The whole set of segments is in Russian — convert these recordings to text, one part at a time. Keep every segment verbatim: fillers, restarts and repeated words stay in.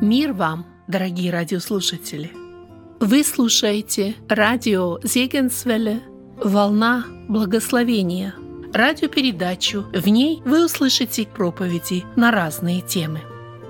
Мир вам, дорогие радиослушатели! Вы слушаете радио Зегенсвелле «Волна благословения», радиопередачу. В ней вы услышите проповеди на разные темы.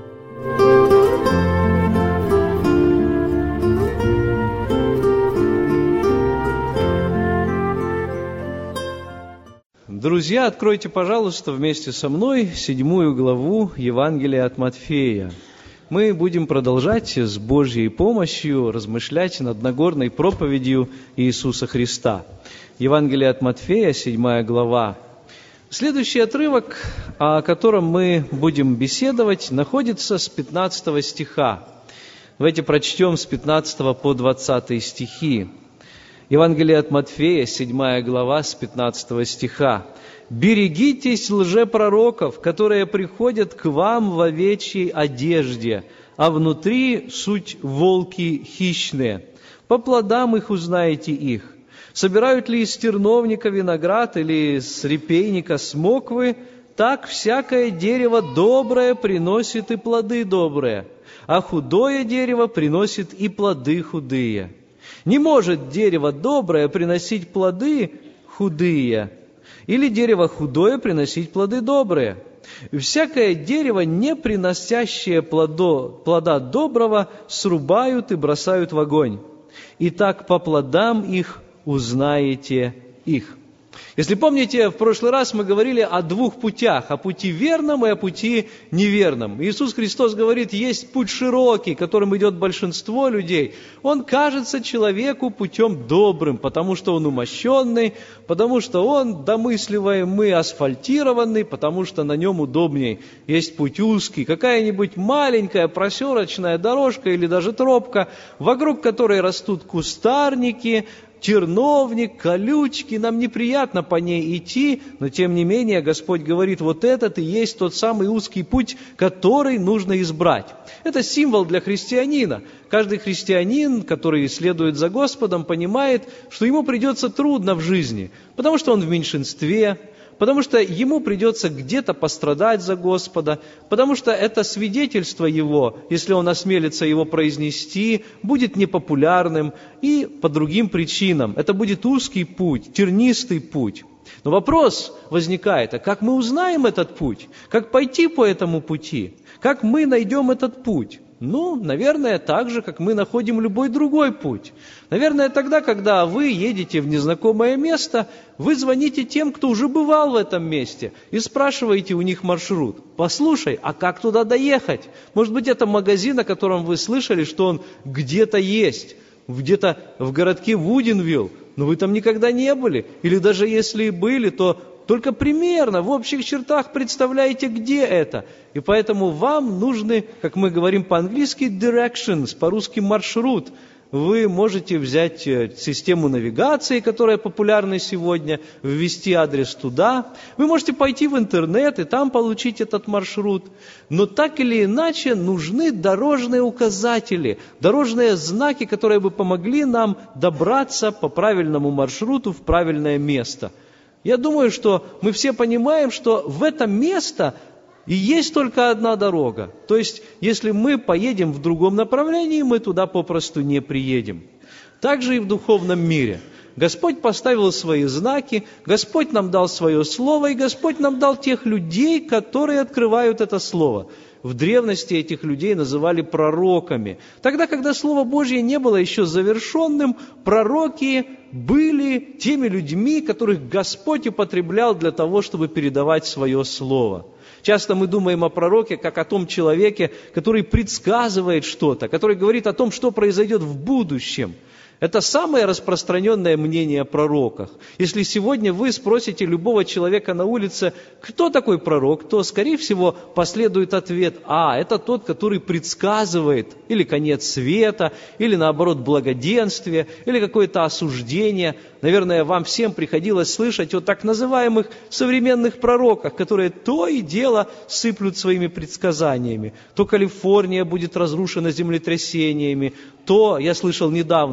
Друзья, откройте, пожалуйста, вместе со мной седьмую главу Евангелия от Матфея. Мы будем продолжать с Божьей помощью размышлять над Нагорной проповедью Иисуса Христа. Евангелие от Матфея, седьмая глава. Следующий отрывок, о котором мы будем беседовать, находится с пятнадцатого стиха. Давайте прочтем с пятнадцатого по двадцатый стихи. Евангелие от Матфея, седьмая глава, с пятнадцатого стиха. «Берегитесь лжепророков, которые приходят к вам в овечьей одежде, а внутри суть волки хищные. По плодам их узнаете их. Собирают ли из терновника виноград или из репейника смоквы, так всякое дерево доброе приносит и плоды добрые, а худое дерево приносит и плоды худые. Не может дерево доброе приносить плоды худые, или дерево худое приносить плоды добрые. Всякое дерево, не приносящее плодо, плода доброго, срубают и бросают в огонь. Итак, по плодам их узнаете их». Если помните, в прошлый раз мы говорили о двух путях, о пути верном и о пути неверном. Иисус Христос говорит, есть путь широкий, которым идет большинство людей. Он кажется человеку путем добрым, потому что он умощенный, потому что он, домысливаем мы, асфальтированный, потому что на нем удобней. Есть путь узкий, какая-нибудь маленькая проселочная дорожка или даже тропка, вокруг которой растут кустарники, терновник, колючки, нам неприятно по ней идти, но тем не менее Господь говорит, вот этот и есть тот самый узкий путь, который нужно избрать. Это символ для христианина. Каждый христианин, который следует за Господом, понимает, что ему придется трудно в жизни, потому что он в меньшинстве, потому что ему придется где-то пострадать за Господа, потому что это свидетельство его, если он осмелится его произнести, будет непопулярным и по другим причинам. Это будет узкий путь, тернистый путь. Но вопрос возникает, а как мы узнаем этот путь? Как пойти по этому пути? Как мы найдем этот путь? Ну, наверное, так же, как мы находим любой другой путь. Наверное, тогда, когда вы едете в незнакомое место, вы звоните тем, кто уже бывал в этом месте, и спрашиваете у них маршрут. Послушай, а как туда доехать? Может быть, это магазин, о котором вы слышали, что он где-то есть, где-то в городке Вуденвилл, но вы там никогда не были. Или даже если и были, то только примерно, в общих чертах представляете, где это. И поэтому вам нужны, как мы говорим по-английски, directions, по-русски маршрут. Вы можете взять систему навигации, которая популярна сегодня, ввести адрес туда. Вы можете пойти в интернет и там получить этот маршрут. Но так или иначе нужны дорожные указатели, дорожные знаки, которые бы помогли нам добраться по правильному маршруту в правильное место. Я думаю, что мы все понимаем, что в это место и есть только одна дорога. То есть, если мы поедем в другом направлении, мы туда попросту не приедем. Так же и в духовном мире. Господь поставил свои знаки, Господь нам дал свое слово, и Господь нам дал тех людей, которые открывают это слово. В древности этих людей называли пророками. Тогда, когда Слово Божье не было еще завершенным, пророки были теми людьми, которых Господь употреблял для того, чтобы передавать свое Слово. Часто мы думаем о пророке как о том человеке, который предсказывает что-то, который говорит о том, что произойдет в будущем. Это самое распространенное мнение о пророках. Если сегодня вы спросите любого человека на улице, кто такой пророк, то, скорее всего, последует ответ: а, это тот, который предсказывает или конец света, или, наоборот, благоденствие, или какое-то осуждение. Наверное, вам всем приходилось слышать о так называемых современных пророках, которые то и дело сыплют своими предсказаниями. То Калифорния будет разрушена землетрясениями, то, я слышал недавно,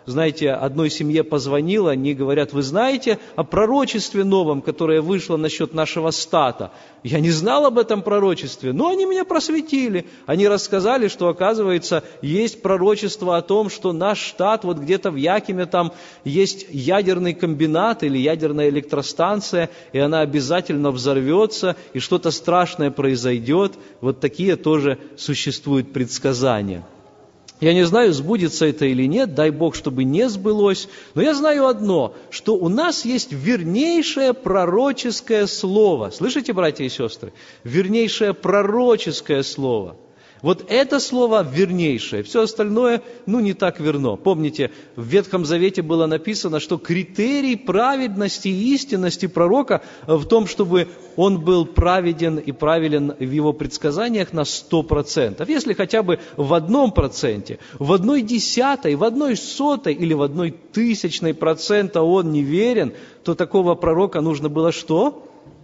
знаете, одной семье позвонила, они говорят: вы знаете о пророчестве новом, которое вышло насчет нашего стата? Я не знал об этом пророчестве, но они меня просветили. Они рассказали, что, оказывается, есть пророчество о том, что наш штат, вот где-то в Якиме там есть ядерный комбинат или ядерная электростанция, и она обязательно взорвется, и что-то страшное произойдет. Вот такие тоже существуют предсказания. Я не знаю, сбудется это или нет, дай Бог, чтобы не сбылось, но я знаю одно, что у нас есть вернейшее пророческое слово. Слышите, братья и сестры? Вернейшее пророческое слово. Вот это слово вернейшее, все остальное, ну, не так верно. Помните, в Ветхом Завете было написано, что критерий праведности и истинности пророка в том, чтобы он был праведен и правилен в его предсказаниях на сто процентов. Если хотя бы в одном проценте, в одной десятой, в одной сотой или в одной тысячной процента он неверен, то такого пророка нужно было что?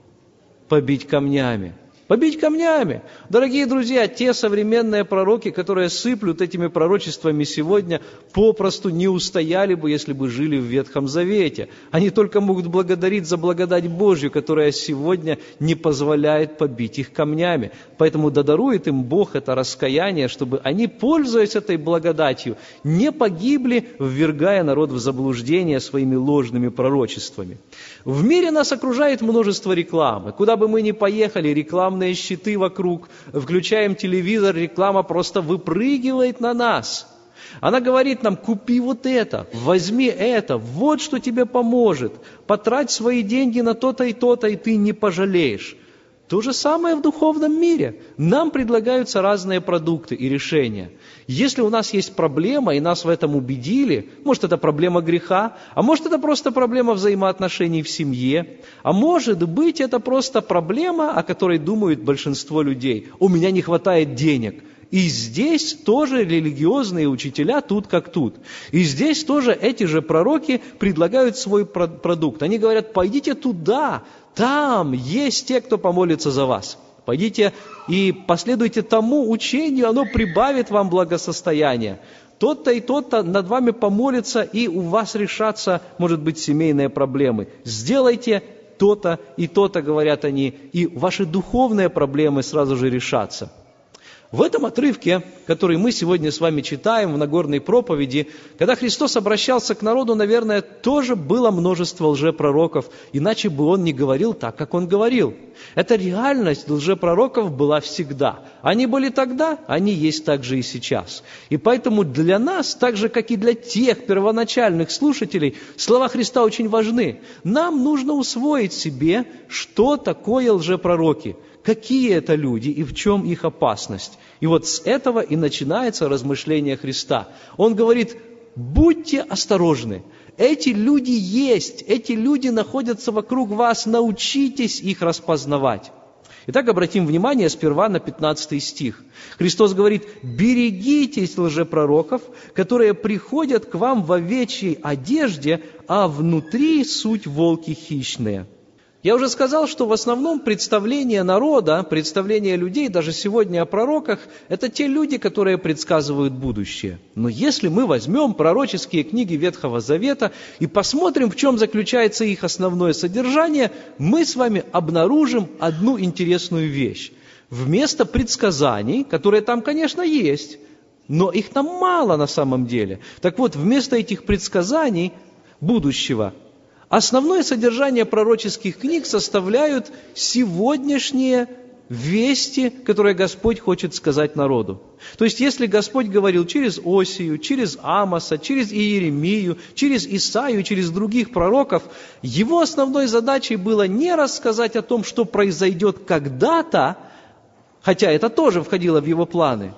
Побить камнями. Побить камнями. Дорогие друзья, те современные пророки, которые сыплют этими пророчествами сегодня, попросту не устояли бы, если бы жили в Ветхом Завете. Они только могут благодарить за благодать Божью, которая сегодня не позволяет побить их камнями. Поэтому да дарует им Бог это раскаяние, чтобы они, пользуясь этой благодатью, не погибли, ввергая народ в заблуждение своими ложными пророчествами. В мире нас окружает множество рекламы. Куда бы мы ни поехали, реклама щиты вокруг, включаем телевизор, реклама просто выпрыгивает на нас. Она говорит нам: купи вот это, возьми это, вот что тебе поможет, потрать свои деньги на то-то и то-то, и ты не пожалеешь. То же самое в духовном мире. Нам предлагаются разные продукты и решения. Если у нас есть проблема, и нас в этом убедили, может, это проблема греха, а может, это просто проблема взаимоотношений в семье, а может быть, это просто проблема, о которой думают большинство людей. У меня не хватает денег. И здесь тоже религиозные учителя тут как тут. И здесь тоже эти же пророки предлагают свой продукт. Они говорят: пойдите туда, там есть те, кто помолится за вас. Пойдите и последуйте тому учению, оно прибавит вам благосостояние. Тот-то и тот-то над вами помолится, и у вас решатся, может быть, семейные проблемы. Сделайте то-то и то-то, говорят они, и ваши духовные проблемы сразу же решатся. В этом отрывке, который мы сегодня с вами читаем в Нагорной проповеди, когда Христос обращался к народу, наверное, тоже было множество лжепророков, иначе бы Он не говорил так, как Он говорил. Эта реальность лжепророков была всегда. Они были тогда, они есть также и сейчас. И поэтому для нас, так же, как и для тех первоначальных слушателей, слова Христа очень важны. Нам нужно усвоить себе, что такое лжепророки. Какие это люди и в чем их опасность? И вот с этого и начинается размышление Христа. Он говорит: будьте осторожны. Эти люди есть, эти люди находятся вокруг вас, научитесь их распознавать. Итак, обратим внимание сперва на пятнадцатый стих. Христос говорит: берегитесь лжепророков, которые приходят к вам в овечьей одежде, а внутри суть волки хищные. Я уже сказал, что в основном представление народа, представление людей, даже сегодня о пророках, это те люди, которые предсказывают будущее. Но если мы возьмем пророческие книги Ветхого Завета и посмотрим, в чем заключается их основное содержание, мы с вами обнаружим одну интересную вещь. Вместо предсказаний, которые там, конечно, есть, но их там мало на самом деле. Так вот, вместо этих предсказаний будущего, основное содержание пророческих книг составляют сегодняшние вести, которые Господь хочет сказать народу. То есть, если Господь говорил через Осию, через Амоса, через Иеремию, через Исаию, через других пророков, Его основной задачей было не рассказать о том, что произойдет когда-то, хотя это тоже входило в Его планы,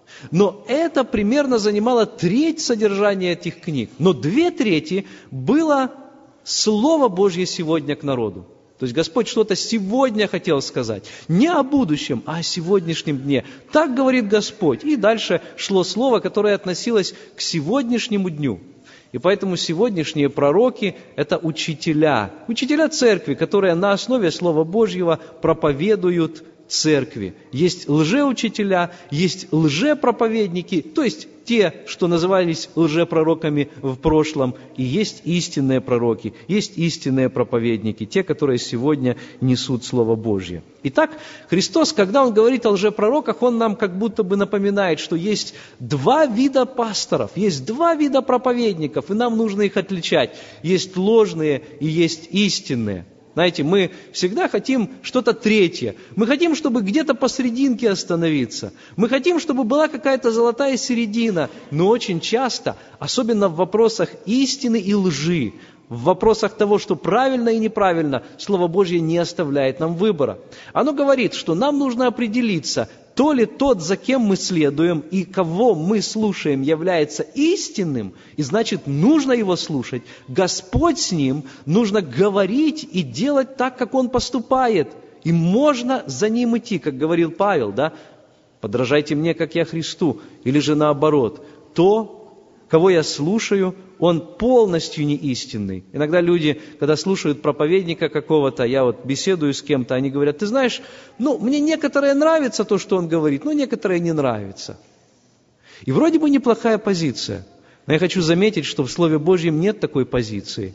но это примерно занимало треть содержания этих книг. Но две трети было Слово Божье сегодня к народу. То есть Господь что-то сегодня хотел сказать. Не о будущем, а о сегодняшнем дне. Так говорит Господь. И дальше шло слово, которое относилось к сегодняшнему дню. И поэтому сегодняшние пророки – это учителя. Учителя церкви, которые на основе Слова Божьего проповедуют церкви. Есть лжеучителя, есть лжепроповедники, то есть те, что назывались лжепророками в прошлом, и есть истинные пророки, есть истинные проповедники, те, которые сегодня несут Слово Божье. Итак, Христос, когда Он говорит о лжепророках, Он нам как будто бы напоминает, что есть два вида пасторов, есть два вида проповедников, и нам нужно их отличать. Есть ложные и есть истинные. Знаете, мы всегда хотим что-то третье. Мы хотим, чтобы где-то посерединке остановиться. Мы хотим, чтобы была какая-то золотая середина. Но очень часто, особенно в вопросах истины и лжи, в вопросах того, что правильно и неправильно, Слово Божье не оставляет нам выбора. Оно говорит, что нам нужно определиться, то ли тот, за кем мы следуем и кого мы слушаем, является истинным, и значит, нужно его слушать. Господь с ним, нужно говорить и делать так, как он поступает. И можно за ним идти, как говорил Павел, да? Подражайте мне, как я Христу. Или же наоборот, то, кого я слушаю, он полностью не истинный. Иногда люди, когда слушают проповедника какого-то, я вот беседую с кем-то, они говорят, ты знаешь, ну, мне некоторые нравится то, что он говорит, но некоторые не нравится. И вроде бы неплохая позиция, но я хочу заметить, что в Слове Божьем нет такой позиции.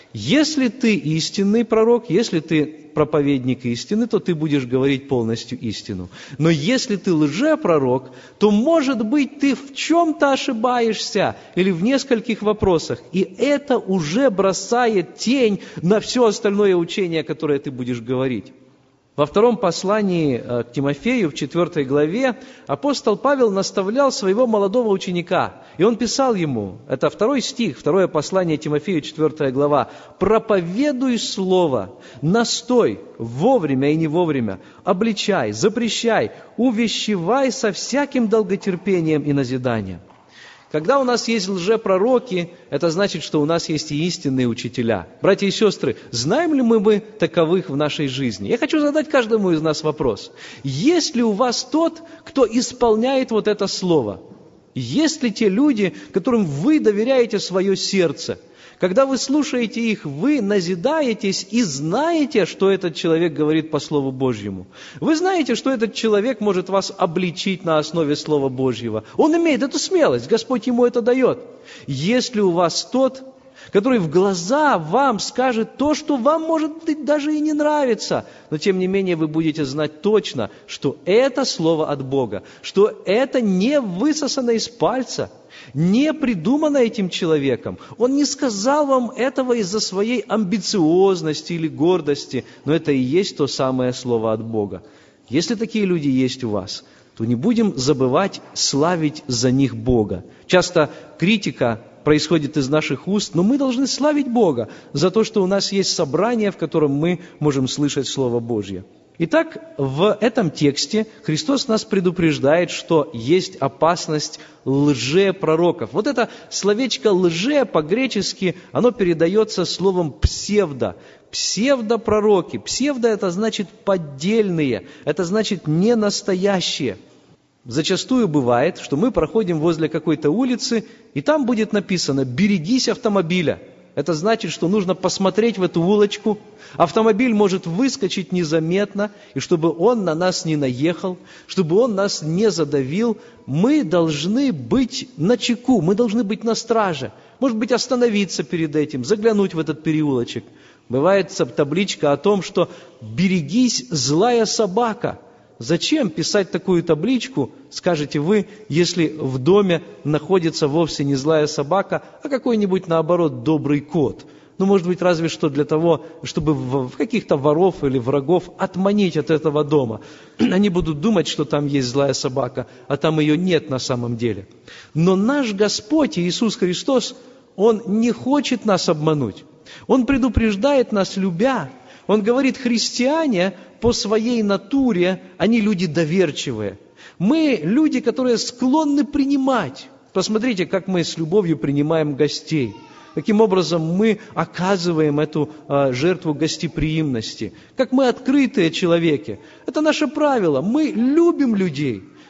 Если ты истинный пророк, если ты проповедник истины, то ты будешь говорить полностью истину. Но если ты лжепророк, то, может быть, ты в чем-то ошибаешься или в нескольких вопросах. И это уже бросает тень на все остальное учение, которое ты будешь говорить. Во втором послании к Тимофею, в четвертой главе, апостол Павел наставлял своего молодого ученика. И он писал ему, это второй стих, второе послание Тимофею, четвертая глава, «Проповедуй слово, настой вовремя и не вовремя, обличай, запрещай, увещевай со всяким долготерпением и назиданием». Когда у нас есть лжепророки, это значит, что у нас есть и истинные учителя. Братья и сестры, знаем ли мы бы таковых в нашей жизни? Я хочу задать каждому из нас вопрос. Есть ли у вас тот, кто исполняет вот это слово? Есть ли те люди, которым вы доверяете свое сердце? Когда вы слушаете их, вы назидаетесь и знаете, что этот человек говорит по Слову Божьему. Вы знаете, что этот человек может вас обличить на основе Слова Божьего. Он имеет эту смелость, Господь ему это дает. Есть ли у вас тот, который в глаза вам скажет то, что вам, может быть, даже и не нравится, но тем не менее вы будете знать точно, что это Слово от Бога, что это не высосано из пальца, не придумано этим человеком. Он не сказал вам этого из-за своей амбициозности или гордости, но это и есть то самое Слово от Бога. Если такие люди есть у вас, то не будем забывать славить за них Бога. Часто критика происходит из наших уст, но мы должны славить Бога за то, что у нас есть собрание, в котором мы можем слышать Слово Божье. Итак, в этом тексте Христос нас предупреждает, что есть опасность лжепророков. Вот это словечко «лже» по-гречески, оно передается словом «псевдо». Псевдопророки. Псевдо – это значит поддельные, это значит не настоящие. Зачастую бывает, что мы проходим возле какой-то улицы, и там будет написано «берегись автомобиля». Это значит, что нужно посмотреть в эту улочку. Автомобиль может выскочить незаметно, и чтобы он на нас не наехал, чтобы он нас не задавил, мы должны быть начеку, мы должны быть на страже. Может быть, остановиться перед этим, заглянуть в этот переулочек. Бывает табличка о том, что «берегись, злая собака». Зачем писать такую табличку, скажете вы, если в доме находится вовсе не злая собака, а какой-нибудь, наоборот, добрый кот? Ну, может быть, разве что для того, чтобы в каких-то воров или врагов отманить от этого дома. Они будут думать, что там есть злая собака, а там ее нет на самом деле. Но наш Господь Иисус Христос, Он не хочет нас обмануть. Он предупреждает нас, любя. Он говорит, христиане по своей натуре, они люди доверчивые. Мы люди, которые склонны принимать. Посмотрите, как мы с любовью принимаем гостей. Каким образом мы оказываем эту а, жертву гостеприимности. Как мы открытые человеки. Это наше правило. Мы любим людей.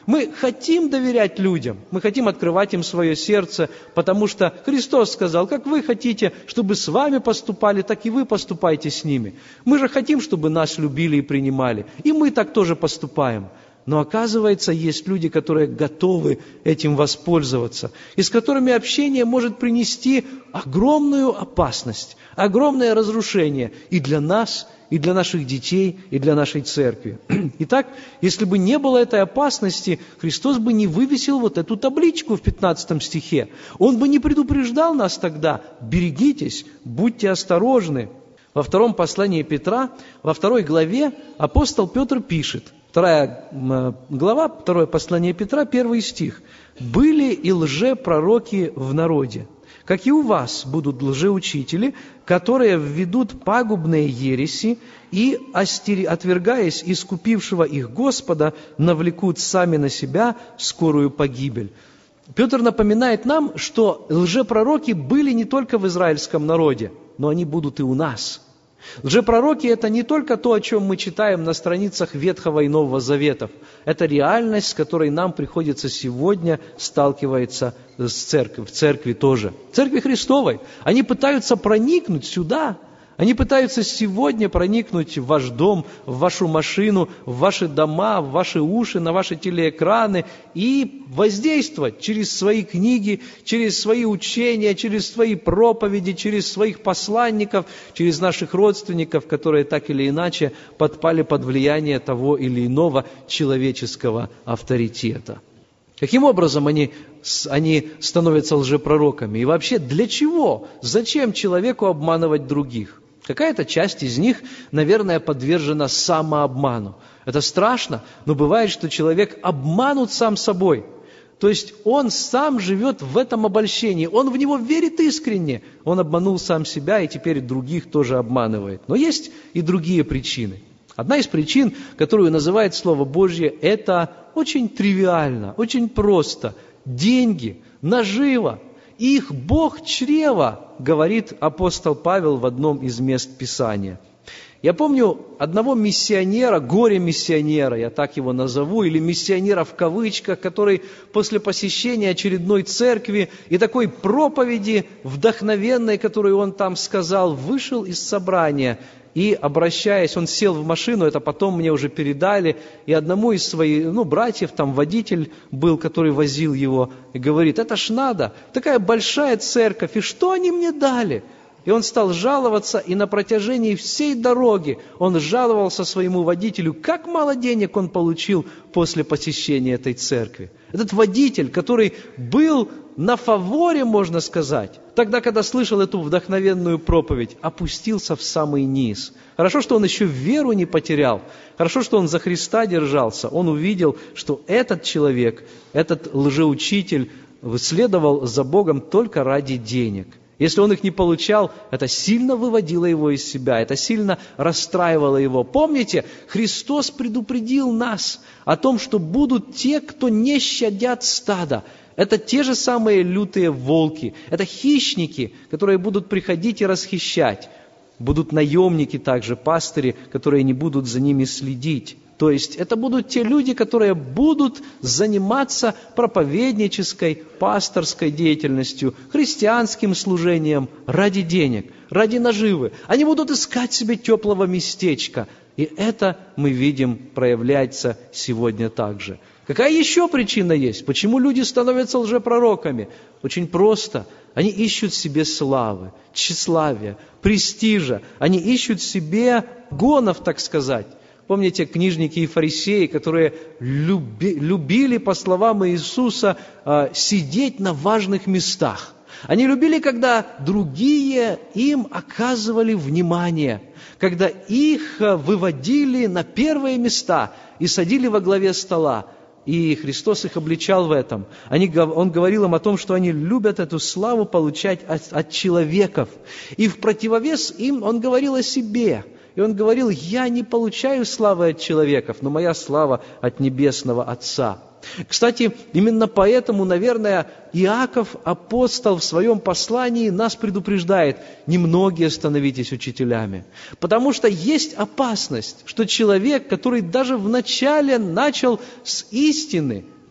Мы хотим доверять людям, мы хотим открывать им свое сердце, потому что Христос сказал, как вы хотите, чтобы с вами поступали, так и вы поступайте с ними. Мы же хотим, чтобы нас любили и принимали, и мы так тоже поступаем. Но оказывается, есть люди, которые готовы этим воспользоваться, и с которыми общение может принести огромную опасность, огромное разрушение и для нас, и для наших детей, и для нашей церкви. Итак, если бы не было этой опасности, Христос бы не вывесил вот эту табличку в пятнадцатом стихе. Он бы не предупреждал нас тогда: берегитесь, будьте осторожны. Во втором послании Петра, во второй главе, апостол Петр пишет, вторая глава, второе послание Петра, первый стих. «Были и лжепророки в народе, как и у вас будут лжеучители, которые введут пагубные ереси и, отвергаясь искупившего их Господа, навлекут сами на себя скорую погибель». Петр напоминает нам, что лжепророки были не только в израильском народе, но они будут и у нас. Лжепророки – это не только то, о чем мы читаем на страницах Ветхого и Нового Заветов. Это реальность, с которой нам приходится сегодня сталкиваться с церковью, в церкви тоже. В церкви Христовой. Они пытаются проникнуть сюда. Они пытаются сегодня проникнуть в ваш дом, в вашу машину, в ваши дома, в ваши уши, на ваши телеэкраны и воздействовать через свои книги, через свои учения, через свои проповеди, через своих посланников, через наших родственников, которые так или иначе подпали под влияние того или иного человеческого авторитета. Каким образом они, они становятся лжепророками? И вообще, для чего? Зачем человеку обманывать других? Какая-то часть из них, наверное, подвержена самообману. Это страшно, но бывает, что человек обманут сам собой. То есть он сам живет в этом обольщении, он в него верит искренне. Он обманул сам себя и теперь других тоже обманывает. Но есть и другие причины. Одна из причин, которую называет Слово Божье, это очень тривиально, очень просто. Деньги, нажива. Их Бог чрева, говорит апостол Павел в одном из мест Писания. Я помню одного миссионера, горе-миссионера, я так его назову, или миссионера в кавычках, который после посещения очередной церкви и такой проповеди вдохновенной, которую он там сказал, вышел из собрания. И, обращаясь, он сел в машину, это потом мне уже передали, и одному из своих, ну, братьев, там водитель был, который возил его, и говорит: это ж надо, такая большая церковь, и что они мне дали? И он стал жаловаться, и на протяжении всей дороги он жаловался своему водителю, как мало денег он получил после посещения этой церкви. Этот водитель, который был на фаворе, можно сказать, тогда, когда слышал эту вдохновенную проповедь, опустился в самый низ. Хорошо, что он еще веру не потерял. Хорошо, что он за Христа держался. Он увидел, что этот человек, этот лжеучитель, следовал за Богом только ради денег. Если он их не получал, это сильно выводило его из себя, это сильно расстраивало его. Помните, Христос предупредил нас о том, что будут те, кто не щадят стада. Это те же самые лютые волки, это хищники, которые будут приходить и расхищать. Будут наемники также, пастыри, которые не будут за ними следить. То есть это будут те люди, которые будут заниматься проповеднической, пасторской деятельностью, христианским служением ради денег, ради наживы. Они будут искать себе теплого местечка. И это, мы видим, проявляется сегодня также. Какая еще причина есть? Почему люди становятся лжепророками? Очень просто. Они ищут себе славы, тщеславия, престижа. Они ищут себе гонов, так сказать. Помните, книжники и фарисеи, которые люби, любили, по словам Иисуса, сидеть на важных местах. Они любили, когда другие им оказывали внимание, когда их выводили на первые места и садили во главе стола. И Христос их обличал в этом. Они, Он говорил им о том, что они любят эту славу получать от, от человеков. И в противовес им Он говорил о себе. И Он говорил: «Я не получаю славы от человеков, но моя слава от Небесного Отца». Кстати, именно поэтому, наверное, Иаков, апостол, в своем послании нас предупреждает: немногие становитесь учителями. Потому что есть опасность, что человек, который даже вначале начал с истины,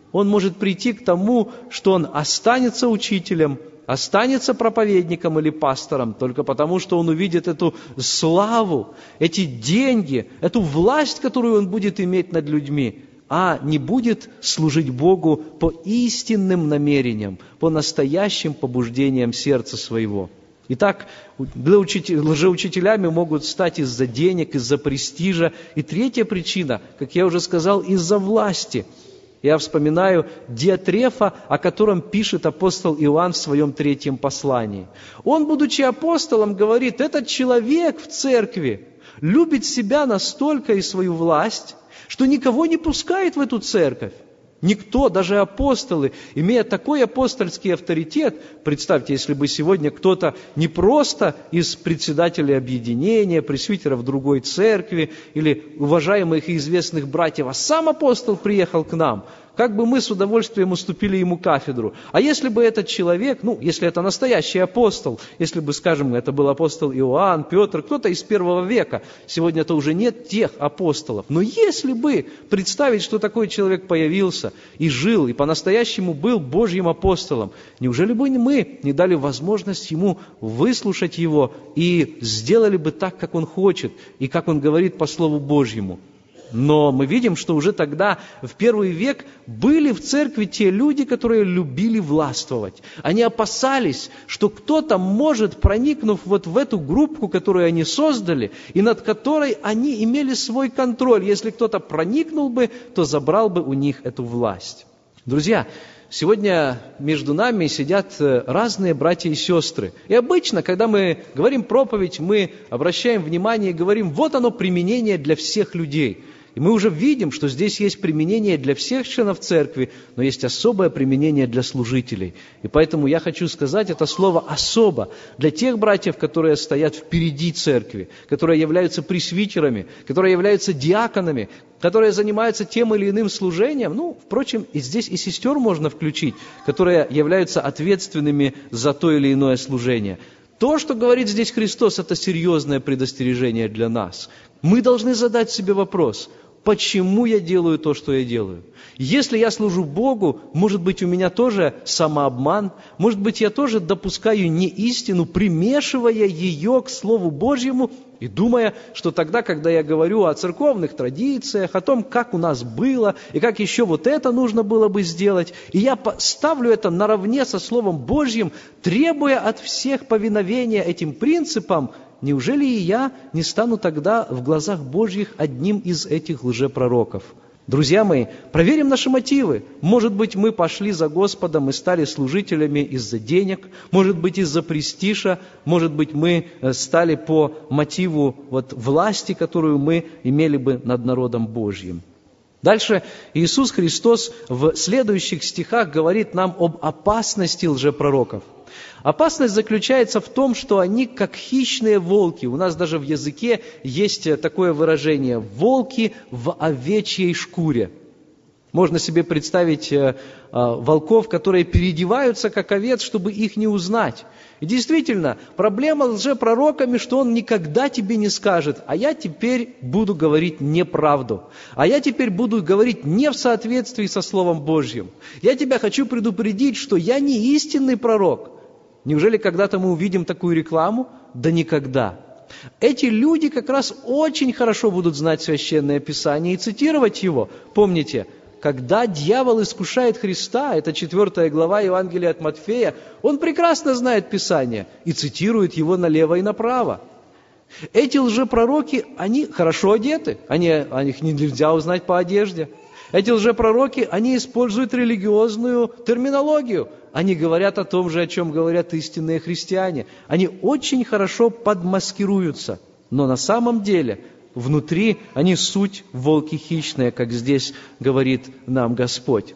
Он может прийти к тому, что он останется учителем, останется проповедником или пастором только потому, что он увидит эту славу, эти деньги, эту власть, которую он будет иметь над людьми, а не будет служить Богу по истинным намерениям, по настоящим побуждениям сердца своего. Итак, лжеучителями могут стать из-за денег, из-за престижа. И третья причина, как я уже сказал, из-за власти. Я вспоминаю Диатрефа, о котором пишет апостол Иоанн в своем третьем послании. Он, будучи апостолом, говорит, этот человек в церкви любит себя настолько и свою власть, что никого не пускает в эту церковь. Никто, даже апостолы, имея такой апостольский авторитет, представьте, если бы сегодня кто-то не просто из председателей объединения, пресвитеров другой церкви или уважаемых и известных братьев, а сам апостол приехал к нам, как бы мы с удовольствием уступили ему кафедру. А если бы этот человек, ну, если это настоящий апостол, если бы, скажем, это был апостол Иоанн, Петр, кто-то из первого века, сегодня-то уже нет тех апостолов, но если бы представить, что такой человек появился и жил, и по-настоящему был Божьим апостолом, неужели бы мы не дали возможность ему выслушать его и сделали бы так, как он хочет, и как он говорит по Слову Божьему? Но мы видим, что уже тогда, в первый век, были в церкви те люди, которые любили властвовать. Они опасались, что кто-то может, проникнув вот в эту группу, которую они создали, и над которой они имели свой контроль. Если кто-то проникнул бы, то забрал бы у них эту власть. Друзья, сегодня между нами сидят разные братья и сестры. И обычно, когда мы говорим проповедь, мы обращаем внимание и говорим, вот оно применение для всех людей. И мы уже видим, что здесь есть применение для всех членов церкви, но есть особое применение для служителей. И поэтому я хочу сказать это слово «особо» для тех братьев, которые стоят впереди церкви, которые являются пресвитерами, которые являются диаконами, которые занимаются тем или иным служением. Ну, впрочем, и здесь и сестер можно включить, которые являются ответственными за то или иное служение. То, что говорит здесь Христос, это серьезное предостережение для нас. Мы должны задать себе вопрос, почему я делаю то, что я делаю? Если я служу Богу, может быть, у меня тоже самообман, может быть, я тоже допускаю неистину, примешивая ее к Слову Божьему и думая, что тогда, когда я говорю о церковных традициях, о том, как у нас было, и как еще вот это нужно было бы сделать, и я ставлю это наравне со Словом Божьим, требуя от всех повиновения этим принципам, неужели и я не стану тогда в глазах Божьих одним из этих лжепророков? Друзья мои, проверим наши мотивы. Может быть, мы пошли за Господом и стали служителями из-за денег, может быть, из-за престижа, может быть, мы стали по мотиву вот, власти, которую мы имели бы над народом Божьим. Дальше Иисус Христос в следующих стихах говорит нам об опасности лжепророков. Опасность заключается в том, что они как хищные волки. У нас даже в языке есть такое выражение «волки в овечьей шкуре». Можно себе представить э, э, волков, которые переодеваются как овец, чтобы их не узнать. И действительно, проблема с лжепророками, что он никогда тебе не скажет, а я теперь буду говорить неправду, а я теперь буду говорить не в соответствии со Словом Божьим. Я тебя хочу предупредить, что я не истинный пророк. Неужели когда-то мы увидим такую рекламу? Да никогда. Эти люди как раз очень хорошо будут знать Священное Писание и цитировать его. Помните, когда дьявол искушает Христа, это четвертая глава Евангелия от Матфея, он прекрасно знает Писание и цитирует его налево и направо. Эти лжепророки, они хорошо одеты, они, о них нельзя узнать по одежде. Эти лжепророки, они используют религиозную терминологию. Они говорят о том же, о чем говорят истинные христиане. Они очень хорошо подмаскируются, но на самом деле внутри они суть волки хищные, как здесь говорит нам Господь.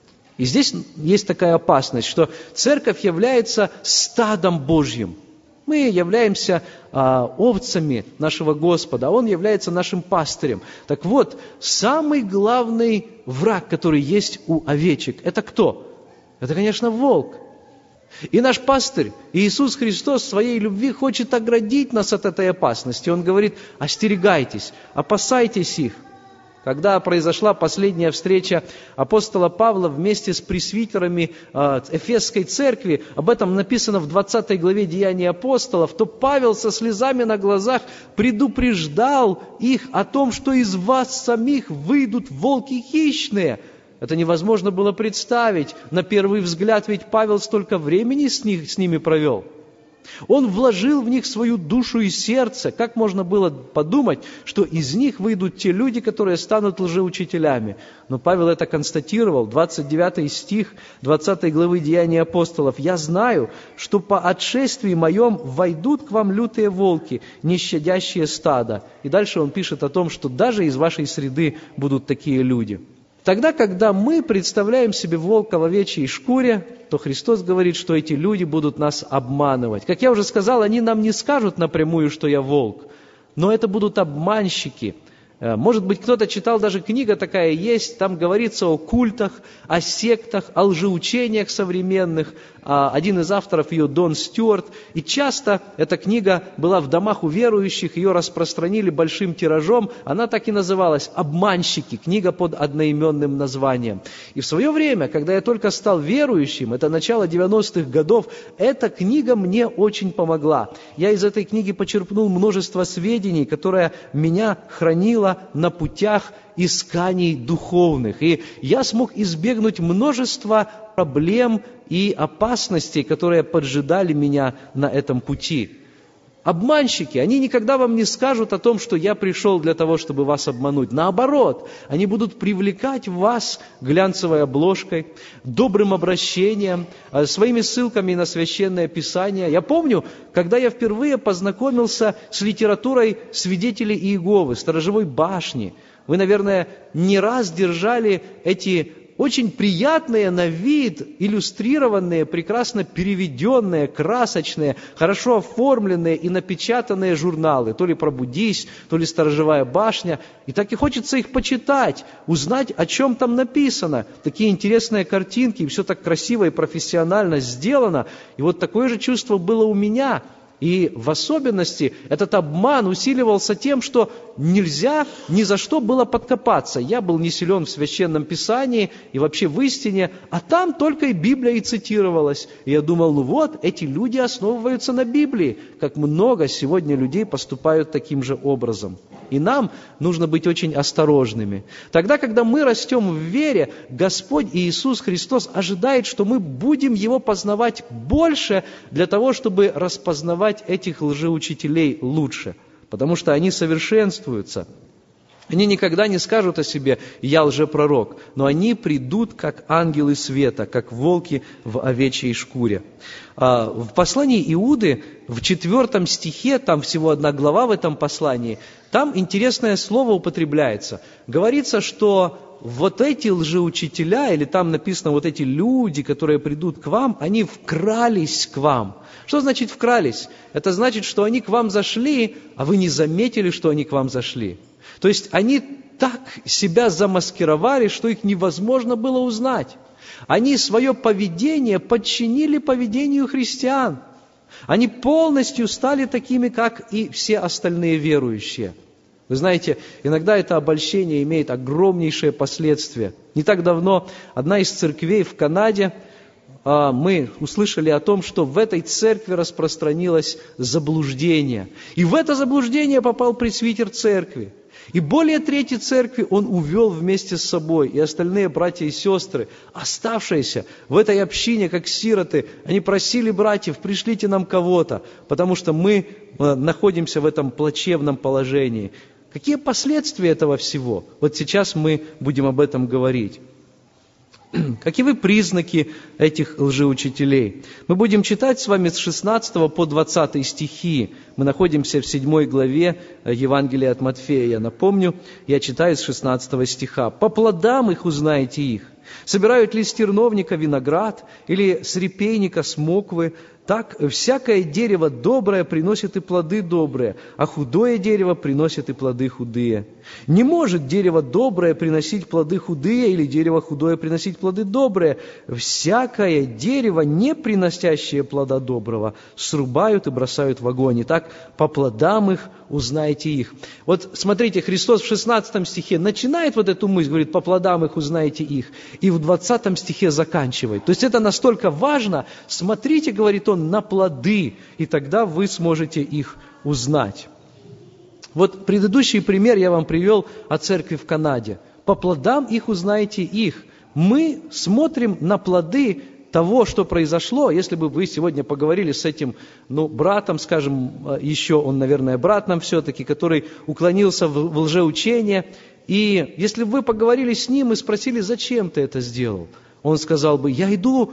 И здесь есть такая опасность, что церковь является стадом Божьим. Мы являемся а, овцами нашего Господа, а Он является нашим пастырем. Так вот, самый главный враг, который есть у овечек, это кто? Это, конечно, волк. И наш пастырь, Иисус Христос, в своей любви хочет оградить нас от этой опасности. Он говорит, остерегайтесь, опасайтесь их. когда произошла последняя встреча апостола Павла вместе с пресвитерами Эфесской церкви, об этом написано в двадцатой главе Деяний апостолов, то Павел со слезами на глазах предупреждал их о том, что из вас самих выйдут волки хищные. Это невозможно было представить. На первый взгляд ведь Павел столько времени с, них, с ними провел. Он вложил в них свою душу и сердце. Как можно было подумать, что из них выйдут те люди, которые станут лжеучителями? Но Павел это констатировал. двадцать девятый стих двадцатой главы Деяний апостолов. «Я знаю, что по отшествии моем войдут к вам лютые волки, не щадящие стада». И дальше он пишет о том, что даже из вашей среды будут такие люди. Тогда, когда мы представляем себе волка в овечьей шкуре, то Христос говорит, что эти люди будут нас обманывать. Как я уже сказал, они нам не скажут напрямую, что я волк, но это будут обманщики. Может быть, кто-то читал, даже книга такая есть, там говорится о культах, о сектах, о лжеучениях современных. Один из авторов ее Дон Стюарт. И часто эта книга была в домах у верующих, ее распространили большим тиражом. Она так и называлась «Обманщики», книга под одноименным названием. И в свое время, когда я только стал верующим, это начало девяностых годов, эта книга мне очень помогла. Я из этой книги почерпнул множество сведений, которые меня хранило на путях исканий духовных. И я смог избегнуть множества проблем и опасностей, которые поджидали меня на этом пути. Обманщики, они никогда вам не скажут о том, что я пришел для того, чтобы вас обмануть. Наоборот, они будут привлекать вас глянцевой обложкой, добрым обращением, своими ссылками на Священное Писание. Я помню, когда я впервые познакомился с литературой свидетелей Иеговы, Сторожевой башни. Вы, наверное, не раз держали эти очень приятные на вид, иллюстрированные, прекрасно переведенные, красочные, хорошо оформленные и напечатанные журналы. То ли «Пробудись», то ли «Сторожевая башня». И так и хочется их почитать, узнать, о чем там написано. Такие интересные картинки, и все так красиво и профессионально сделано. И вот такое же чувство было у меня. И в особенности этот обман усиливался тем, что нельзя ни за что было подкопаться. Я был не силен в Священном Писании и вообще в истине, а там только и Библия и цитировалась. И я думал, ну вот, эти люди основываются на Библии. Как много сегодня людей поступают таким же образом. И нам нужно быть очень осторожными. Тогда, когда мы растем в вере, Господь Иисус Христос ожидает, что мы будем Его познавать больше для того, чтобы распознавать этих лжеучителей лучше. Потому что они совершенствуются. Они никогда не скажут о себе «я лжепророк», но они придут как ангелы света, как волки в овечьей шкуре. В послании Иуды, в четвертом стихе, там всего одна глава в этом послании, там интересное слово употребляется. Говорится, что вот эти лжеучителя, или там написано вот эти люди, которые придут к вам, они вкрались к вам. Что значит вкрались? Это значит, что они к вам зашли, а вы не заметили, что они к вам зашли. То есть они так себя замаскировали, что их невозможно было узнать. Они свое поведение подчинили поведению христиан. Они полностью стали такими, как и все остальные верующие. Вы знаете, иногда это обольщение имеет огромнейшие последствия. Не так давно одна из церквей в Канаде, мы услышали о том, что в этой церкви распространилось заблуждение. И в это заблуждение попал пресвитер церкви. И более трети церкви он увел вместе с собой. И остальные братья и сестры, оставшиеся в этой общине, как сироты, они просили братьев, пришлите нам кого-то, потому что мы находимся в этом плачевном положении. Какие последствия этого всего? Вот сейчас мы будем об этом говорить. Каковы признаки этих лжеучителей? Мы будем читать с вами с шестнадцатого по двадцатый стихи. Мы находимся в седьмой главе Евангелия от Матфея. Я напомню, я читаю с шестнадцатого стиха. «По плодам их узнаете их. Собирают ли с терновника виноград, или с репейника смоквы? Так всякое дерево доброе приносит и плоды добрые, а худое дерево приносит и плоды худые. Не может дерево доброе приносить плоды худые, или дерево худое приносить плоды добрые. Всякое дерево, не приносящее плода доброго, срубают и бросают в огонь. Итак, по плодам их узнаете их. Вот смотрите, Христос в шестнадцатом стихе начинает вот эту мысль, говорит, по плодам их узнаете их, и в двадцатом стихе заканчивает. То есть это настолько важно. Смотрите, говорит он, на плоды, и тогда вы сможете их узнать. Вот предыдущий пример я вам привел о церкви в Канаде. По плодам их узнаете их. Мы смотрим на плоды того, что произошло. Если бы вы сегодня поговорили с этим, ну, братом, скажем, еще он, наверное, брат нам все-таки, который уклонился в, в лжеучение, и если бы вы поговорили с ним и спросили, зачем ты это сделал, он сказал бы, я иду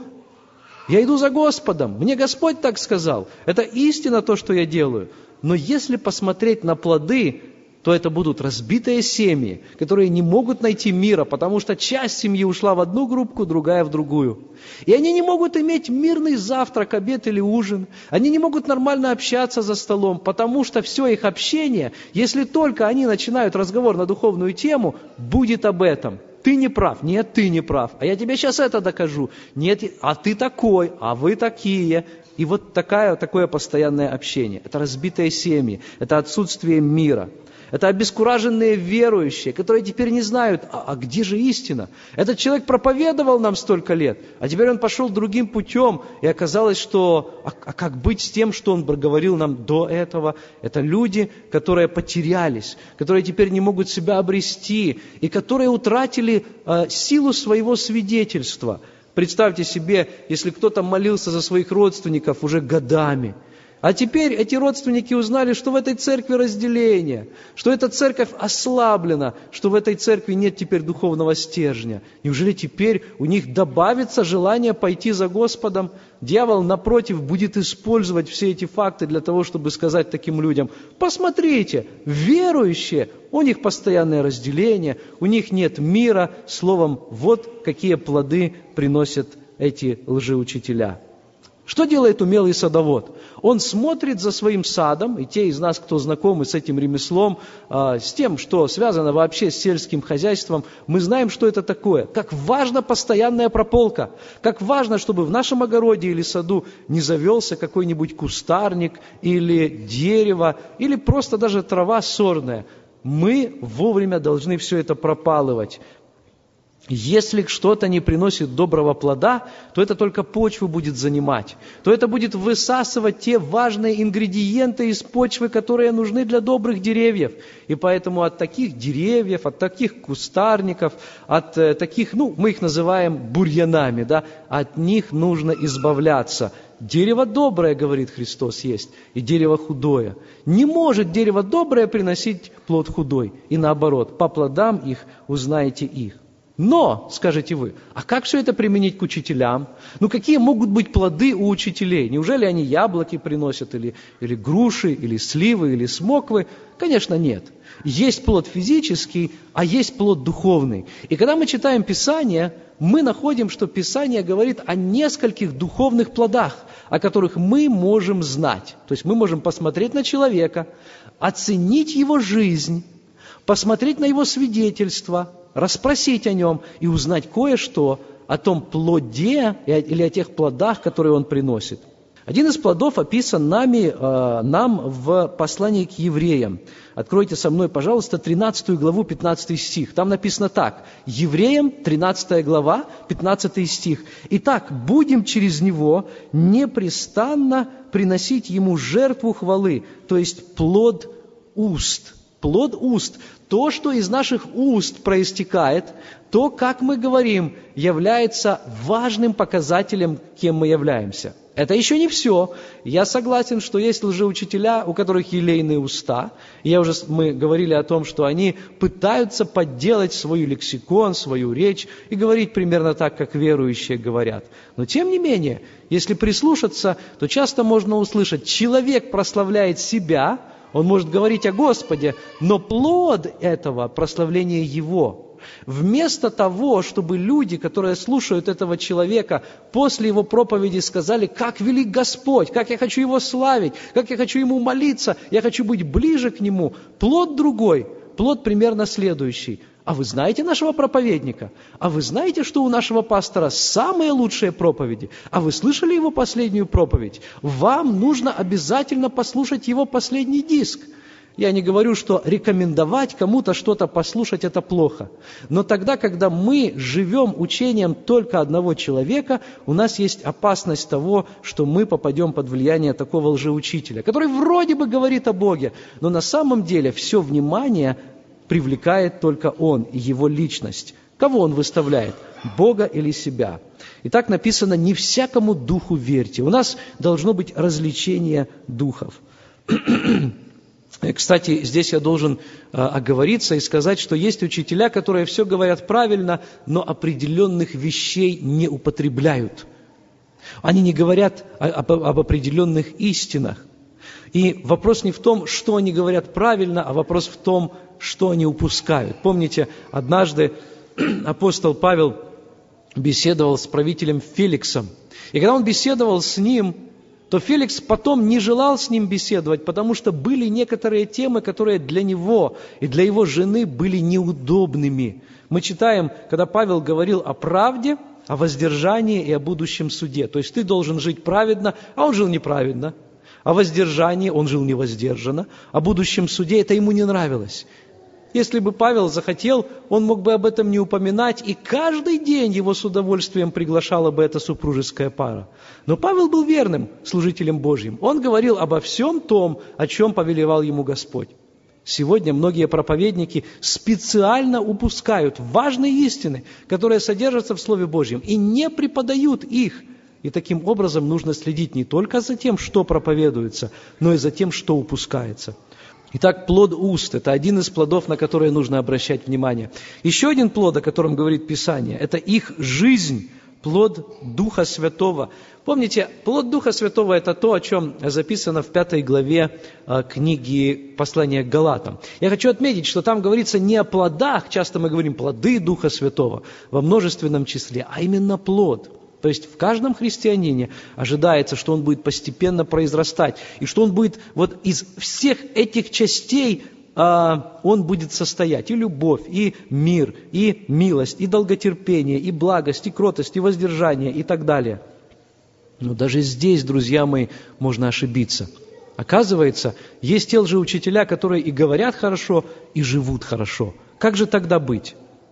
Я иду за Господом, мне Господь так сказал. Это истина то, что я делаю. Но если посмотреть на плоды, то это будут разбитые семьи, которые не могут найти мира, потому что часть семьи ушла в одну группку, другая в другую. И они не могут иметь мирный завтрак, обед или ужин. Они не могут нормально общаться за столом, потому что все их общение, если только они начинают разговор на духовную тему, будет об этом. Ты не прав. Нет, ты не прав. А я тебе сейчас это докажу. Нет, а ты такой, а вы такие. И вот такая, такое постоянное общение. Это разбитые семьи, это отсутствие мира. Это обескураженные верующие, которые теперь не знают, а, а где же истина? Этот человек проповедовал нам столько лет, а теперь он пошел другим путем, и оказалось, что а, а как быть с тем, что он говорил нам до этого? Это люди, которые потерялись, которые теперь не могут себя обрести, и которые утратили а, силу своего свидетельства. Представьте себе, если кто-то молился за своих родственников уже годами, а теперь эти родственники узнали, что в этой церкви разделение, что эта церковь ослаблена, что в этой церкви нет теперь духовного стержня. Неужели теперь у них добавится желание пойти за Господом? Дьявол, напротив, будет использовать все эти факты для того, чтобы сказать таким людям, посмотрите, верующие, у них постоянное разделение, у них нет мира. Словом, вот какие плоды приносят эти лжеучителя. Что делает умелый садовод? Он смотрит за своим садом, и те из нас, кто знакомы с этим ремеслом, с тем, что связано вообще с сельским хозяйством, мы знаем, что это такое. Как важна постоянная прополка, как важно, чтобы в нашем огороде или саду не завелся какой-нибудь кустарник или дерево, или просто даже трава сорная. Мы вовремя должны все это пропалывать. Если что-то не приносит доброго плода, то это только почву будет занимать, то это будет высасывать те важные ингредиенты из почвы, которые нужны для добрых деревьев. И поэтому от таких деревьев, от таких кустарников, от э, таких, ну, мы их называем бурьянами, да, от них нужно избавляться. Дерево доброе, говорит Христос, есть, и дерево худое. Не может дерево доброе приносить плод худой, и наоборот, по плодам их узнаете их. Но, скажете вы, а как все это применить к учителям? Ну, какие могут быть плоды у учителей? Неужели они яблоки приносят, или, или груши, или сливы, или смоквы? Конечно, нет. Есть плод физический, а есть плод духовный. И когда мы читаем Писание, мы находим, что Писание говорит о нескольких духовных плодах, о которых мы можем знать. То есть мы можем посмотреть на человека, оценить его жизнь, посмотреть на его свидетельство, расспросить о нем и узнать кое-что о том плоде или о тех плодах, которые он приносит. Один из плодов описан нами, э, нам в послании к евреям. Откройте со мной, пожалуйста, тринадцатую главу, пятнадцатый стих. Там написано так. Евреям, тринадцатая глава, пятнадцатый стих. «Итак, будем через Него непрестанно приносить Ему жертву хвалы», то есть плод уст. Плод уст. То, что из наших уст проистекает, то, как мы говорим, является важным показателем, кем мы являемся. Это еще не все. Я согласен, что есть лжеучителя, у которых елейные уста. Я уже, мы говорили о том, что они пытаются подделать свой лексикон, свою речь и говорить примерно так, как верующие говорят. Но тем не менее, если прислушаться, то часто можно услышать, человек прославляет себя, он может говорить о Господе, но плод этого – прославление Его. Вместо того, чтобы люди, которые слушают этого человека, после его проповеди сказали, как велик Господь, как я хочу Его славить, как я хочу Ему молиться, я хочу быть ближе к Нему. Плод другой, плод примерно следующий. А вы знаете нашего проповедника? А вы знаете, что у нашего пастора самые лучшие проповеди? А вы слышали его последнюю проповедь? Вам нужно обязательно послушать его последний диск. Я не говорю, что рекомендовать кому-то что-то послушать – это плохо. Но тогда, когда мы живем учением только одного человека, у нас есть опасность того, что мы попадем под влияние такого лжеучителя, который вроде бы говорит о Боге, но на самом деле все внимание привлекает только он и его личность. Кого он выставляет? Бога или себя? И так написано, не всякому духу верьте. У нас должно быть развлечение духов. Кстати, здесь я должен а, оговориться и сказать, что есть учителя, которые все говорят правильно, но определенных вещей не употребляют. Они не говорят об, об определенных истинах. И вопрос не в том, что они говорят правильно, а вопрос в том, что они упускают. Помните, однажды апостол Павел беседовал с правителем Феликсом. И когда он беседовал с ним, то Феликс потом не желал с ним беседовать, потому что были некоторые темы, которые для него и для его жены были неудобными. Мы читаем, когда Павел говорил о правде, о воздержании и о будущем суде. То есть ты должен жить праведно, а он жил неправедно. О воздержании он жил невоздержанно. О будущем суде это ему не нравилось. Если бы Павел захотел, он мог бы об этом не упоминать, и каждый день его с удовольствием приглашала бы эта супружеская пара. Но Павел был верным служителем Божьим. Он говорил обо всем том, о чем повелевал ему Господь. Сегодня многие проповедники специально упускают важные истины, которые содержатся в Слове Божьем, и не преподают их. И таким образом нужно следить не только за тем, что проповедуется, но и за тем, что упускается. Итак, плод уст – это один из плодов, на которые нужно обращать внимание. Еще один плод, о котором говорит Писание – это их жизнь, плод Духа Святого. Помните, плод Духа Святого – это то, о чем записано в пятой главе книги послания к Галатам. Я хочу отметить, что там говорится не о плодах, часто мы говорим плоды Духа Святого во множественном числе, а именно плод. То есть в каждом христианине ожидается, что он будет постепенно произрастать, и что он будет вот из всех этих частей, а, он будет состоять. И любовь, и мир, и милость, и долготерпение, и благость, и кротость, и воздержание, и так далее. Но даже здесь, друзья мои, можно ошибиться. Оказывается, есть те лжеучителя, которые и говорят хорошо, и живут хорошо. Как же тогда быть?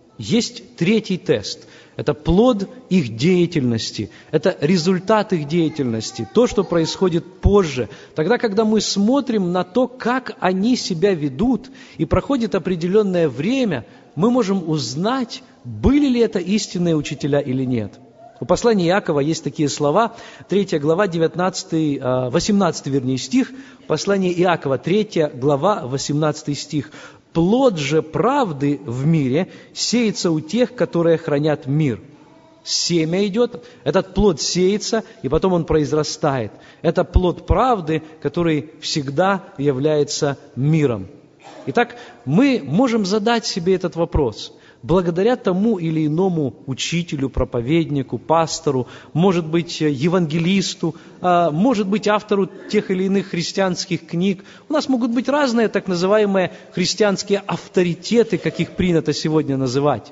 Есть третий тест. Это плод их деятельности, это результат их деятельности, то, что происходит позже. Тогда, когда мы смотрим на то, как они себя ведут, и проходит определенное время, мы можем узнать, были ли это истинные учителя или нет. У послания Иакова есть такие слова, третья глава, девятнадцатый, восемнадцатый, вернее, стих, послание Иакова, третья глава, восемнадцатый стих. «Плод же правды в мире сеется у тех, которые хранят мир». Семя идет, этот плод сеется, и потом он произрастает. Это плод правды, который всегда является миром. Итак, мы можем задать себе этот вопрос. Благодаря тому или иному учителю, проповеднику, пастору, может быть, евангелисту, может быть, автору тех или иных христианских книг. У нас могут быть разные так называемые христианские авторитеты, как их принято сегодня называть.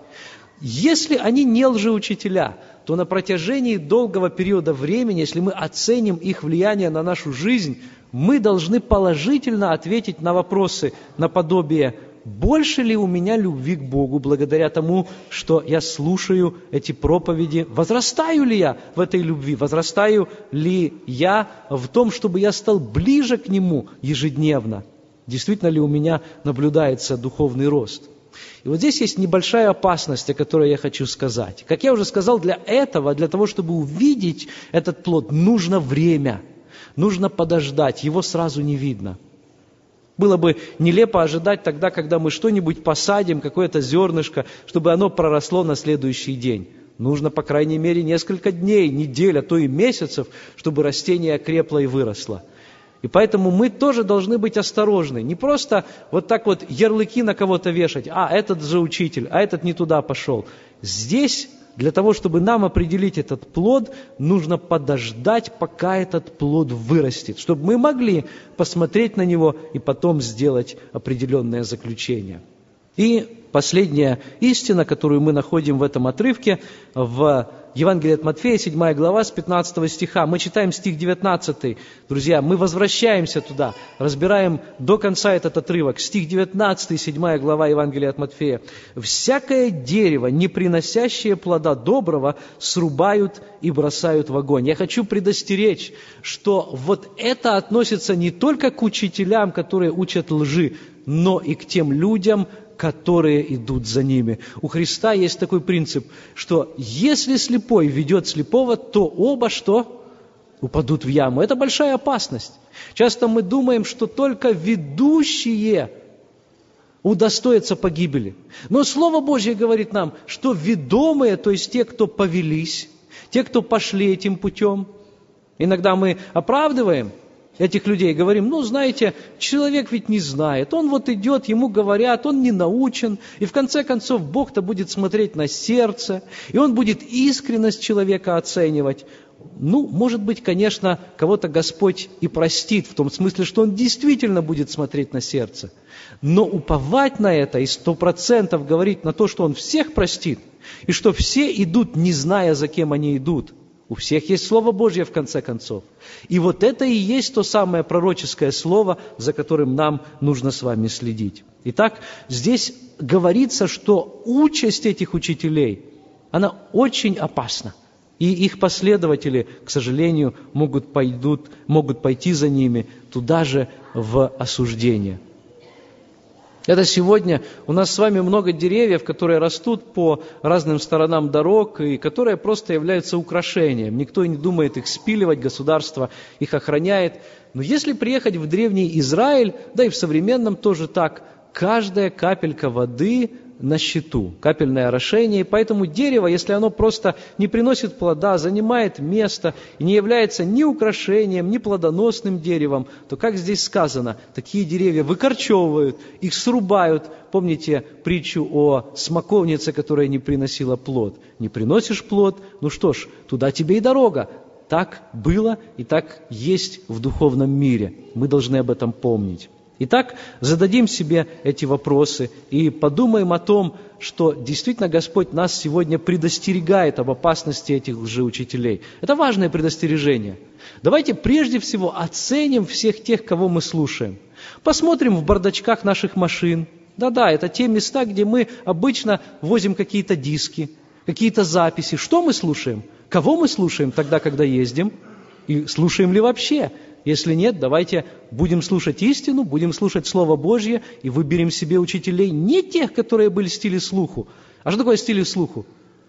Если они не лжеучителя, то на протяжении долгого периода времени, если мы оценим их влияние на нашу жизнь, мы должны положительно ответить на вопросы наподобие: больше ли у меня любви к Богу благодаря тому, что я слушаю эти проповеди? Возрастаю ли я в этой любви? Возрастаю ли я в том, чтобы я стал ближе к Нему ежедневно? Действительно ли у меня наблюдается духовный рост? И вот здесь есть небольшая опасность, о которой я хочу сказать. Как я уже сказал, для этого, для того, чтобы увидеть этот плод, нужно время. Нужно подождать, его сразу не видно. Было бы нелепо ожидать тогда, когда мы что-нибудь посадим, какое-то зернышко, чтобы оно проросло на следующий день. Нужно, по крайней мере, несколько дней, недель, а то и месяцев, чтобы растение окрепло и выросло. И поэтому мы тоже должны быть осторожны. Не просто вот так вот ярлыки на кого-то вешать. А, этот же учитель, а этот не туда пошел. Здесь, для того, чтобы нам определить этот плод, нужно подождать, пока этот плод вырастет. Чтобы мы могли посмотреть на него и потом сделать определенное заключение. И последняя истина, которую мы находим в этом отрывке, в Евангелии от Матфея, седьмая глава, с пятнадцатого стиха. Мы читаем стих девятнадцатый. Друзья, мы возвращаемся туда, разбираем до конца этот отрывок. Стих девятнадцатый, седьмая глава Евангелия от Матфея. «Всякое дерево, не приносящее плода доброго, срубают и бросают в огонь». Я хочу предостеречь, что вот это относится не только к учителям, которые учат лжи, но и к тем людям, которые идут за ними. У Христа есть такой принцип, что если слепой ведет слепого, то оба что? Упадут в яму. Это большая опасность. Часто мы думаем, что только ведущие удостоятся погибели. Но Слово Божье говорит нам, что ведомые, то есть те, кто повелись, те, кто пошли этим путем, иногда мы оправдываем этих людей, говорим, ну, знаете, человек ведь не знает, он вот идет, ему говорят, он не научен, и в конце концов Бог-то будет смотреть на сердце, и он будет искренность человека оценивать. Ну, может быть, конечно, кого-то Господь и простит, в том смысле, что он действительно будет смотреть на сердце. Но уповать на это и сто процентов говорить на то, что он всех простит, и что все идут, не зная, за кем они идут. У всех есть Слово Божье, в конце концов. И вот это и есть то самое пророческое слово, за которым нам нужно с вами следить. Итак, здесь говорится, что участь этих учителей, она очень опасна. И их последователи, к сожалению, могут, пойдут, могут пойти за ними туда же в осуждение. Это сегодня у нас с вами много деревьев, которые растут по разным сторонам дорог и которые просто являются украшением. Никто не думает их спиливать, государство их охраняет. Но если приехать в древний Израиль, да и в современном тоже так, каждая капелька воды на счету, капельное орошение. И поэтому дерево, если оно просто не приносит плода, занимает место и не является ни украшением, ни плодоносным деревом, то, как здесь сказано, такие деревья выкорчевывают, их срубают. Помните притчу о смоковнице, которая не приносила плод? Не приносишь плод? Ну что ж, туда тебе и дорога. Так было и так есть в духовном мире. Мы должны об этом помнить. Итак, зададим себе эти вопросы и подумаем о том, что действительно Господь нас сегодня предостерегает об опасности этих лжеучителей. Это важное предостережение. Давайте прежде всего оценим всех тех, кого мы слушаем. Посмотрим в бардачках наших машин. Да-да, это те места, где мы обычно возим какие-то диски, какие-то записи. Что мы слушаем? Кого мы слушаем тогда, когда ездим? И слушаем ли вообще? Если нет, давайте будем слушать истину, будем слушать Слово Божье и выберем себе учителей не тех, которые были в стиле слуху. А что такое стиль слуху?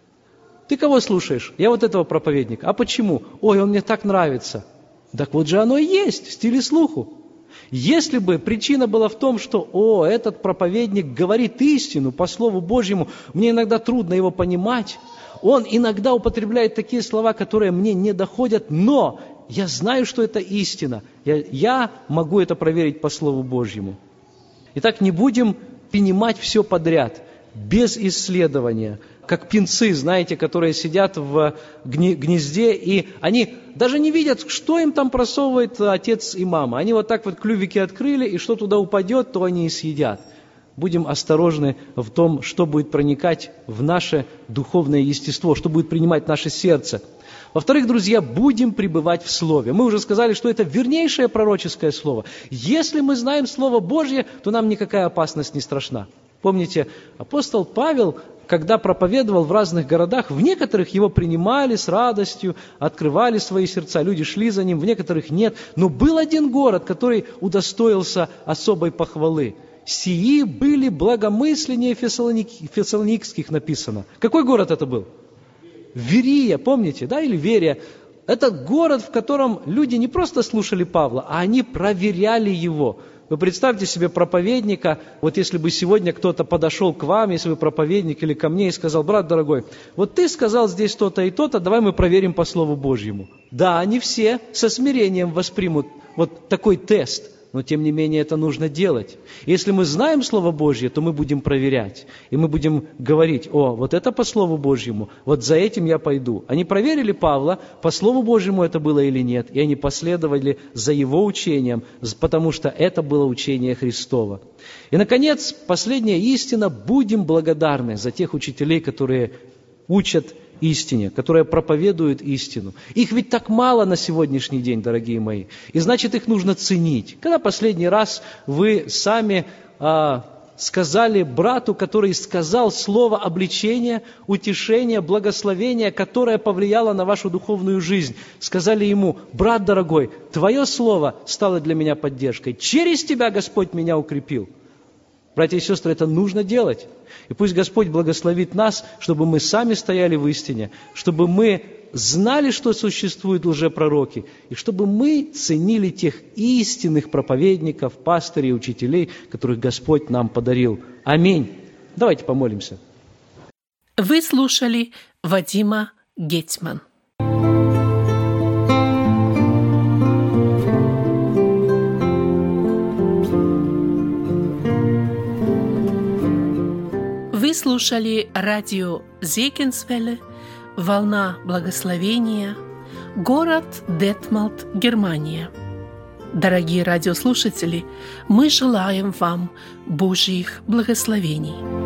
Ты кого слушаешь? Я вот этого проповедника. А почему? Ой, он мне так нравится. Так вот же оно и есть, в стиле слуху. Если бы причина была в том, что, о, этот проповедник говорит истину по Слову Божьему, мне иногда трудно его понимать, он иногда употребляет такие слова, которые мне не доходят, но я знаю, что это истина. Я, я могу это проверить по Слову Божьему. Итак, не будем принимать все подряд, без исследования. Как птенцы, знаете, которые сидят в гнезде, и они даже не видят, что им там просовывает отец и мама. Они вот так вот клювики открыли, и что туда упадет, то они и съедят. Будем осторожны в том, что будет проникать в наше духовное естество, что будет принимать наше сердце. Во-вторых, друзья, будем пребывать в Слове. Мы уже сказали, что это вернейшее пророческое Слово. Если мы знаем Слово Божье, то нам никакая опасность не страшна. Помните, апостол Павел, когда проповедовал в разных городах, в некоторых его принимали с радостью, открывали свои сердца, люди шли за ним, в некоторых нет. Но был один город, который удостоился особой похвалы. «Сии были благомысленнее фессалоникских» написано. Какой город это был? Верия, помните, да, или Верия. Это город, в котором люди не просто слушали Павла, а они проверяли его. Вы представьте себе проповедника, вот если бы сегодня кто-то подошел к вам, если вы проповедник или ко мне и сказал: брат дорогой, вот ты сказал здесь то-то и то-то, давай мы проверим по Слову Божьему. Да, они все со смирением воспримут вот такой тест, но тем не менее это нужно делать. Если мы знаем Слово Божье, то мы будем проверять. И мы будем говорить: о, вот это по Слову Божьему, вот за этим я пойду. Они проверили Павла, по Слову Божьему это было или нет, и они последовали за его учением, потому что это было учение Христово. И, наконец, последняя истина: будем благодарны за тех учителей, которые учат истине, которые проповедуют истину. Их ведь так мало на сегодняшний день, дорогие мои, и значит, их нужно ценить. Когда последний раз вы сами а, сказали брату, который сказал слово обличения, утешения, благословения, которое повлияло на вашу духовную жизнь, сказали ему: брат дорогой, твое слово стало для меня поддержкой, через тебя Господь меня укрепил. Братья и сестры, это нужно делать. И пусть Господь благословит нас, чтобы мы сами стояли в истине, чтобы мы знали, что существуют лжепророки, и чтобы мы ценили тех истинных проповедников, пастырей, учителей, которых Господь нам подарил. Аминь. Давайте помолимся. Вы слушали Вадима Гетьман. Вы слушали радио Зегенсвелле, «Волна благословения», город Детмалт, Германия. Дорогие радиослушатели, мы желаем вам Божьих благословений.